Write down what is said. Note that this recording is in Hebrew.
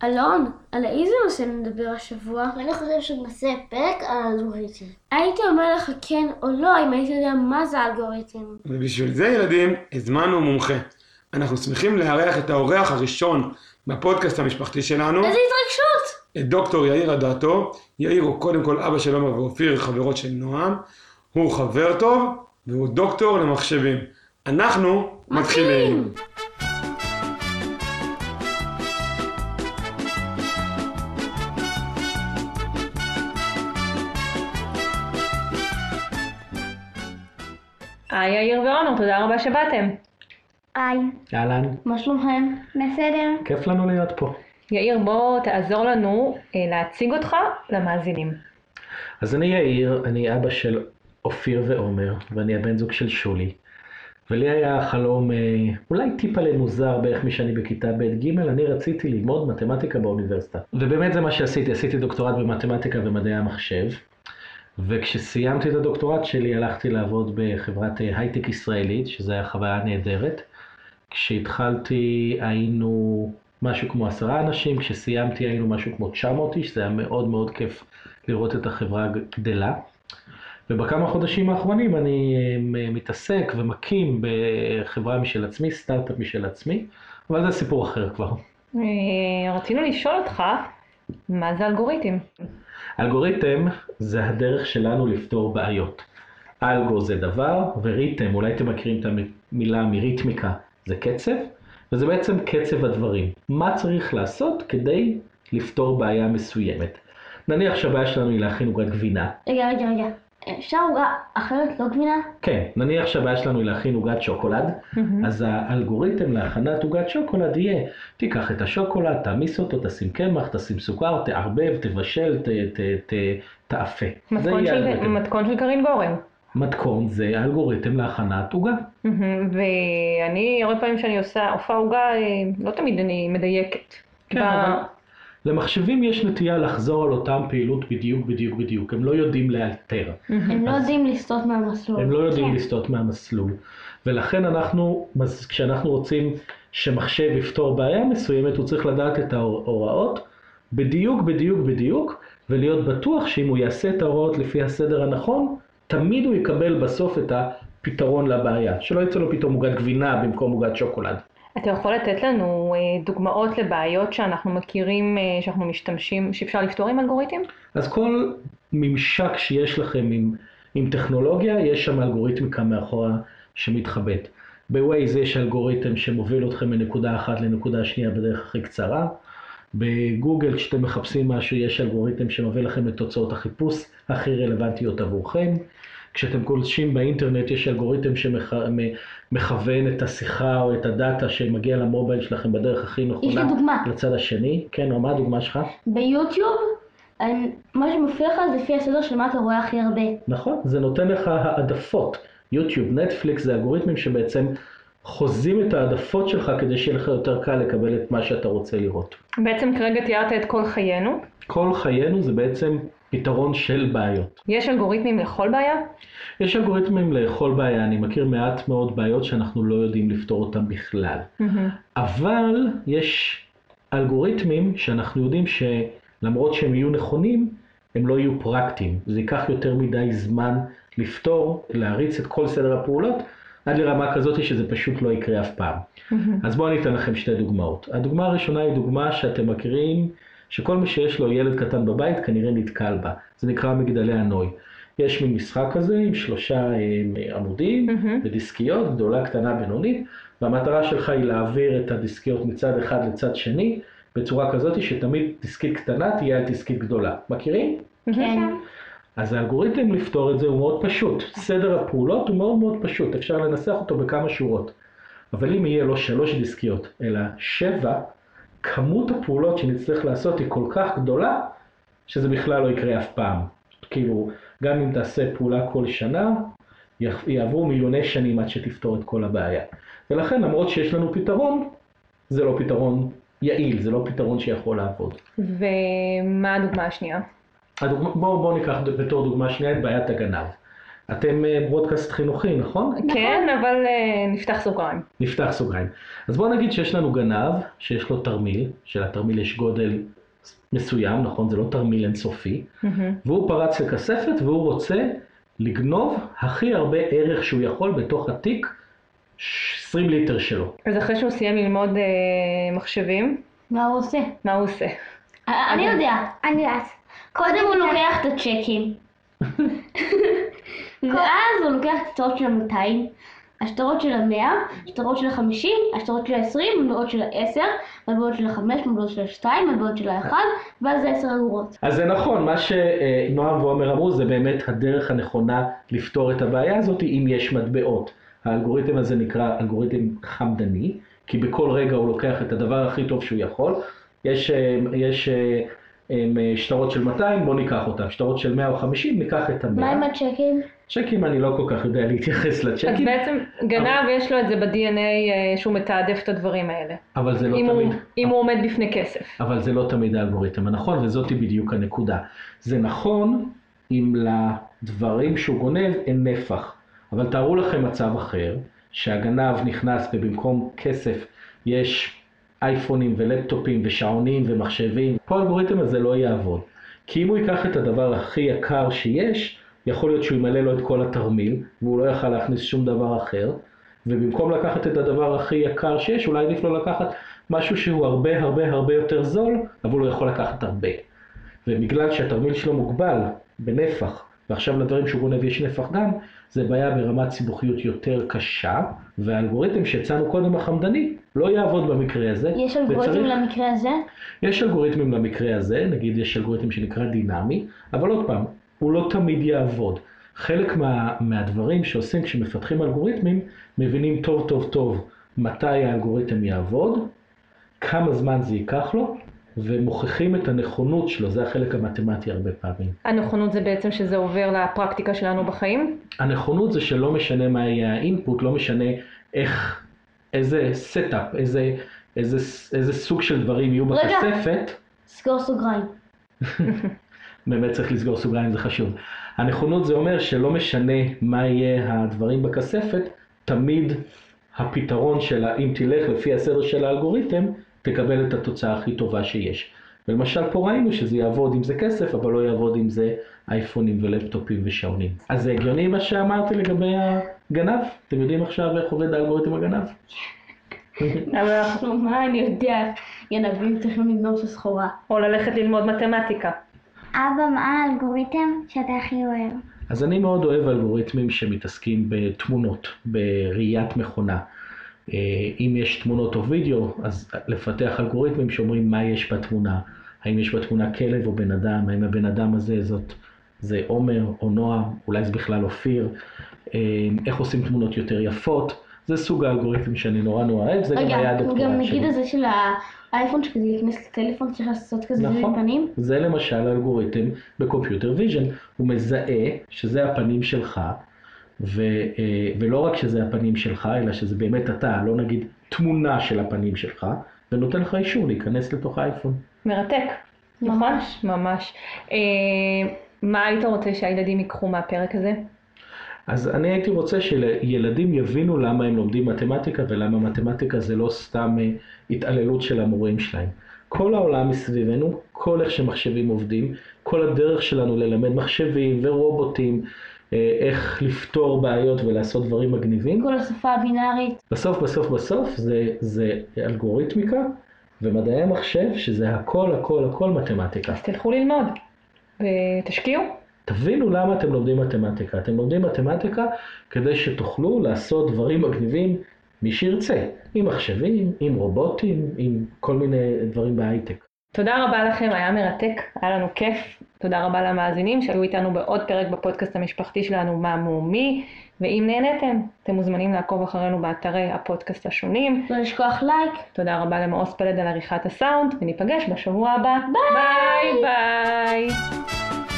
אלון, על איזה נושא נדבר השבוע? אני חושב שנעשה פרק על אלגוריתם. הייתי אומר לך כן או לא אם הייתי יודע מה זה אלגוריתם. ובשביל זה ילדים הזמנו מומחה. אנחנו שמחים לארח את האורח הראשון בפודקאסט המשפחתי שלנו. איזה התרגשות! את דוקטור יאיר אדטו. יאיר הוא קודם כל אבא של עומר ואופיר, חברות של נועם. הוא חבר טוב והוא דוקטור למחשבים. אנחנו מתחילים. היי יאיר ועומר, תודה רבה שבאתם. היי, אהלן, מה שלומכם? בסדר. כיף לנו להיות פה. יאיר, בוא תעזור לנו להציג אותך למאזינים. אז אני יאיר, אני אבא של אופיר ועומר, ואני הבן זוג של שולי. ולי היה חלום אולי טיפה מוזר בערך משאני בכיתה ב' ג', אני רציתי ללמוד מתמטיקה באוניברסיטה. ובאמת זה מה שעשיתי, עשיתי דוקטורט במתמטיקה ומדעי המחשב. וכשסיימתי את הדוקטורט שלי הלכתי לעבוד בחברת הייטק ישראלית, שזו הייתה חוויה נהדרת. כשהתחלתי היינו משהו כמו 10 אנשים, כשסיימתי היינו משהו כמו 900 איש, זה היה מאוד מאוד כיף לראות את החברה גדלה. ובכמה חודשים האחרונים אני מתעסק ומקים בחברה משל עצמי, סטארט-אפ משל עצמי, אבל זה סיפור אחר כבר. רצינו לשאול אותך, מה זה אלגוריתם? אלגוריתם זה הדרך שלנו לפתור בעיות. אלגו זה דבר, וריתם, אולי אתם מכירים את המילה מריתמיקה, זה קצב, וזה בעצם קצב הדברים. מה צריך לעשות כדי לפתור בעיה מסוימת? נניח שהבעיה שלנו היא להכין עוגת גבינה. רגע. אפשר עוגה אחרת, לא גבינה? כן, נניח שהבעיה שלנו היא להכין עוגת שוקולד, אז האלגוריתם להכנת עוגת שוקולד יהיה, תיקח את השוקולד, תעמיס אותו, תשים קמח, תשים סוכר, תערבב, תבשל, תאפה. מתכון של קרין גורן. מתכון זה אלגוריתם להכנת עוגה. ואני הרבה פעמים שאני עושה עוגה, לא תמיד אני מדייקת. כן, אבל למחשבים יש נטייה לחזור על אותם פעילות בדיוק. הם לא יודעים לאלתר. הם לא יודעים לסטות מהמסלול. הם לא יודעים לסטות מהמסלול. ולכן כשאנחנו רוצים שמחשב יפתור בעיה מסוימת, הוא צריך לדעת את ההוראות בדיוק, ולהיות בטוח שאם הוא יעשה את ההוראות לפי הסדר הנכון, תמיד הוא יקבל בסוף את הפתרון לבעיה. שלא יצא לו פתאום עוגת גבינה במקום עוגת שוקולד. אתה יכול לתת לנו דוגמאות לבעיות שאנחנו מכירים, שאנחנו משתמשים, שאפשר לפתור עם אלגוריתם? אז כל ממשק שיש לכם עם טכנולוגיה, יש שם אלגוריתמיקה מאחורה שמתחבאת. בווייז יש אלגוריתם שמוביל אתכם מנקודה אחת לנקודה שנייה בדרך הכי קצרה. בגוגל כשאתם מחפשים משהו יש אלגוריתם שמוביל לכם לתוצאות החיפוש הכי רלוונטיות עבורכם. כשאתם גולשים באינטרנט יש אלגוריתם שמכוון את השיחה או את הדאטה שמגיע למובייל שלכם בדרך הכי נכונה לצד השני. כן, או מה הדוגמה שלך? ביוטיוב, מה שמופיע לך זה לפי הסדר של מה אתה רואה הכי הרבה. נכון, זה נותן לך העדפות. יוטיוב, נטפליקס זה אלגוריתמים שבעצם חוזים את העדפות שלך כדי שיהיה לך יותר קל לקבל את מה שאתה רוצה לראות. בעצם כרגע תיארת את כל חיינו? כל חיינו זה בעצם פתרון של בעיות. יש אלגוריתמים לכל בעיה? יש אלגוריתמים לכל בעיה, אני מכיר מעט מאוד בעיות שאנחנו לא יודעים לפתור אותם בכלל. אבל יש אלגוריתמים שאנחנו יודעים שלמרות שהם יהיו נכונים, הם לא יהיו פרקטיים. זה ייקח יותר מדי זמן לפתור, להריץ את כל סדר הפעולות, עד לרמה כזאת שזה פשוט לא יקרה אף פעם. אז בואו אני אתן לכם 2 דוגמאות. הדוגמה הראשונה היא דוגמה שאתם מכירים, שכל מי שיש לו ילד קטן בבית כנראה נתקל בה. זה נקרא מגדלי הנוי. יש מין משחק כזה עם 3 עמודים ודיסקיות, גדולה, קטנה, בינונית, והמטרה שלך היא להעביר את הדיסקיות מצד אחד לצד שני, בצורה כזאת שתמיד דיסקית קטנה תהיה על דיסקית גדולה. מכירים? כן. אז האלגוריתם לפתור את זה הוא מאוד פשוט. סדר הפעולות הוא מאוד מאוד פשוט, אפשר לנסח אותו בכמה שורות. אבל אם יהיה לו 3 דיסקיות, אלא 7, כמות הפעולות שנצטרך לעשות היא כל כך גדולה, שזה בכלל לא יקרה אף פעם. כאילו, גם אם תעשה פעולה כל שנה, יעברו מיליוני שנים עד שתפתור את כל הבעיה. ולכן, למרות שיש לנו פתרון, זה לא פתרון יעיל, זה לא פתרון שיכול לעבוד. ומה הדוגמה השנייה? בואו ניקח בתור דוגמה שנייה את בעיית הגנב. אתם ברודקאסט חינוכי, נכון? כן, אבל נפתח סוגריים. נפתח סוגריים. אז בואו נגיד שיש לנו גנב, שיש לו תרמיל, שלתרמיל יש גודל מסוים, נכון? זה לא תרמיל אינסופי, והוא פרץ לכספת והוא רוצה לגנוב הכי הרבה ערך שהוא יכול בתוך התיק 20 ליטר שלו. אז אחרי שהוא סיים ללמוד מחשבים, מה הוא עושה? מה הוא עושה? אני יודע. אני יודעת. קודם הוא לוקח את הצ'קים. ואז הוא לוקח את השטרות של ה-200, השטרות של ה-100, השטרות של ה-50, השטרות של ה-20, מטבעות של ה-10, מטבעות של ה-5, מטבעות של ה-2, מטבעות של ה-1, ואז זה 10 אגורות. אז זה נכון, מה שנועם ועומר אמרו זה באמת הדרך הנכונה לפתור את הבעיה הזאת אם יש מטבעות. האלגוריתם הזה נקרא אלגוריתם חמדני, כי בכל רגע הוא לוקח את הדבר הכי טוב שהוא יכול. יש שטרות של 200, בוא ניקח אותם. שטרות של 100 או 50, ניקח את 100. מה עם הצ'קים? צ'קים אני לא כל כך יודע להתייחס לצ'קים. אז בעצם גנב יש לו את זה ב-DNA שהוא מתעדף את הדברים האלה. אבל זה לא תמיד. אם הוא עומד בפני כסף. אבל זה לא תמיד האלגוריתם הנכון, וזאת בדיוק הנקודה. זה נכון אם לדברים שהוא גונב אין נפח. אבל תארו לכם מצב אחר, שהגנב נכנס ובמקום כסף יש אייפונים ולפטופים ושעונים ומחשבים. פה האלגוריתם הזה לא יעבוד. כי אם הוא ייקח את הדבר הכי יקר שיש, יכול להיות שהוא ימלא לו את כל התרמיל, והוא לא יוכל להכניס שום דבר אחר, ובמקום לקחת את הדבר הכי יקר שיש, אולי עדיף לו לקחת משהו שהוא הרבה הרבה הרבה יותר זול, אבל הוא יכול לקחת הרבה. ובגלל שהתרמיל שלו מוגבל בנפח, ועכשיו לדברים שהוא גונב יש נפח גם, זה בעיה ברמת סיבוכיות יותר קשה, והאלגוריתם שהצענו קודם החמדני לא יעבוד במקרה הזה. יש אלגוריתם למקרה הזה? יש אלגוריתמים למקרה הזה, נגיד יש אלגוריתם שנקרא דינמי, אבל עוד פעם, הוא לא תמיד יעבוד. חלק מהדברים שעושים כשמפתחים אלגוריתמים, מבינים טוב טוב טוב מתי האלגוריתם יעבוד, כמה זמן זה ייקח לו, ומוכיחים את הנכונות שלו, זה החלק המתמטי הרבה פעמים. הנכונות זה בעצם שזה עובר לפרקטיקה שלנו בחיים? הנכונות זה שלא משנה מה יהיה האינפוט, לא משנה איזה סטאפ, איזה סוג של דברים יהיו בכספת. סגור סוגריים. באמת צריך לסגור סוגריים, זה חשוב. הנכונות זה אומר שלא משנה מה יהיה הדברים בכספת, תמיד הפתרון שלה, אם תלך לפי הסדר של האלגוריתם, תקבל את התוצאה הכי טובה שיש. ולמשל פה ראינו שזה יעבוד אם זה כסף, אבל לא יעבוד אם זה אייפונים ולפטופים ושעונים. אז זה הגיוני מה שאמרתי לגבי הגנב? אתם יודעים עכשיו איך עובד האלגוריתם הגנב? אבל מה אני יודע, גנבים צריכים לגנוב את הסחורה. או ללכת ללמוד מתמטיקה. אבא, מה האלגוריתם שאתה הכי אוהב? אז אני מאוד אוהב אלגוריתמים שמתעסקים בתמונות, בראיית מכונה. אם יש תמונות או וידאו, אז לפתח אלגוריתמים שאומרים מה יש בתמונה. האם יש בתמונה כלב או בן אדם, האם הבן אדם הזה זה עומר או נועם, אולי זה בכלל אופיר. איך עושים תמונות יותר יפות. זה סוג האלגוריתם שאני נורא אוהב, זה גם היה הדוקטורט שלי. גם נגיד הזה של האייפון שכזה להיכנס לטלפון, צריך לעשות כזה נכון. פנים. זה למשל האלגוריתם בקומפיוטר ויז'ן, הוא מזהה שזה הפנים שלך, ולא רק שזה הפנים שלך, אלא שזה באמת אתה, לא נגיד תמונה של הפנים שלך, ונותן לך אישור להיכנס לתוך האייפון. מרתק, נכון? ממש. מה היית רוצה שהילדים ייקחו מהפרק הזה? אז אני הייתי רוצה שילדים יבינו למה הם לומדים מתמטיקה, ולמה מתמטיקה זה לא סתם התעללות של המורים שלהם. כל העולם מסביבנו, כל איך שמחשבים עובדים, כל הדרך שלנו ללמד מחשבים ורובוטים, איך לפתור בעיות ולעשות דברים מגניבים. כל השפה הבינארית. בסוף זה אלגוריתמיקה ומדעי המחשב, שזה הכל מתמטיקה. אז תלכו ללמוד ותשקיעו. תבינו למה אתם לומדים מתמטיקה. אתם לומדים מתמטיקה כדי שתוכלו לעשות דברים מגניבים מי שירצה. עם מחשבים, עם רובוטים, עם כל מיני דברים בהייטק. תודה רבה לכם, היה מרתק, היה לנו כיף. תודה רבה למאזינים שהיו איתנו בעוד פרק בפודקאסט המשפחתי שלנו מה מומי. ואם נהנתם, אתם מוזמנים לעקוב אחרינו באתרי הפודקאסט השונים. לא לשכוח לייק. תודה רבה למעוז פלד על עריכת הסאונד, וניפגש בשבוע הבא. ביי ביי.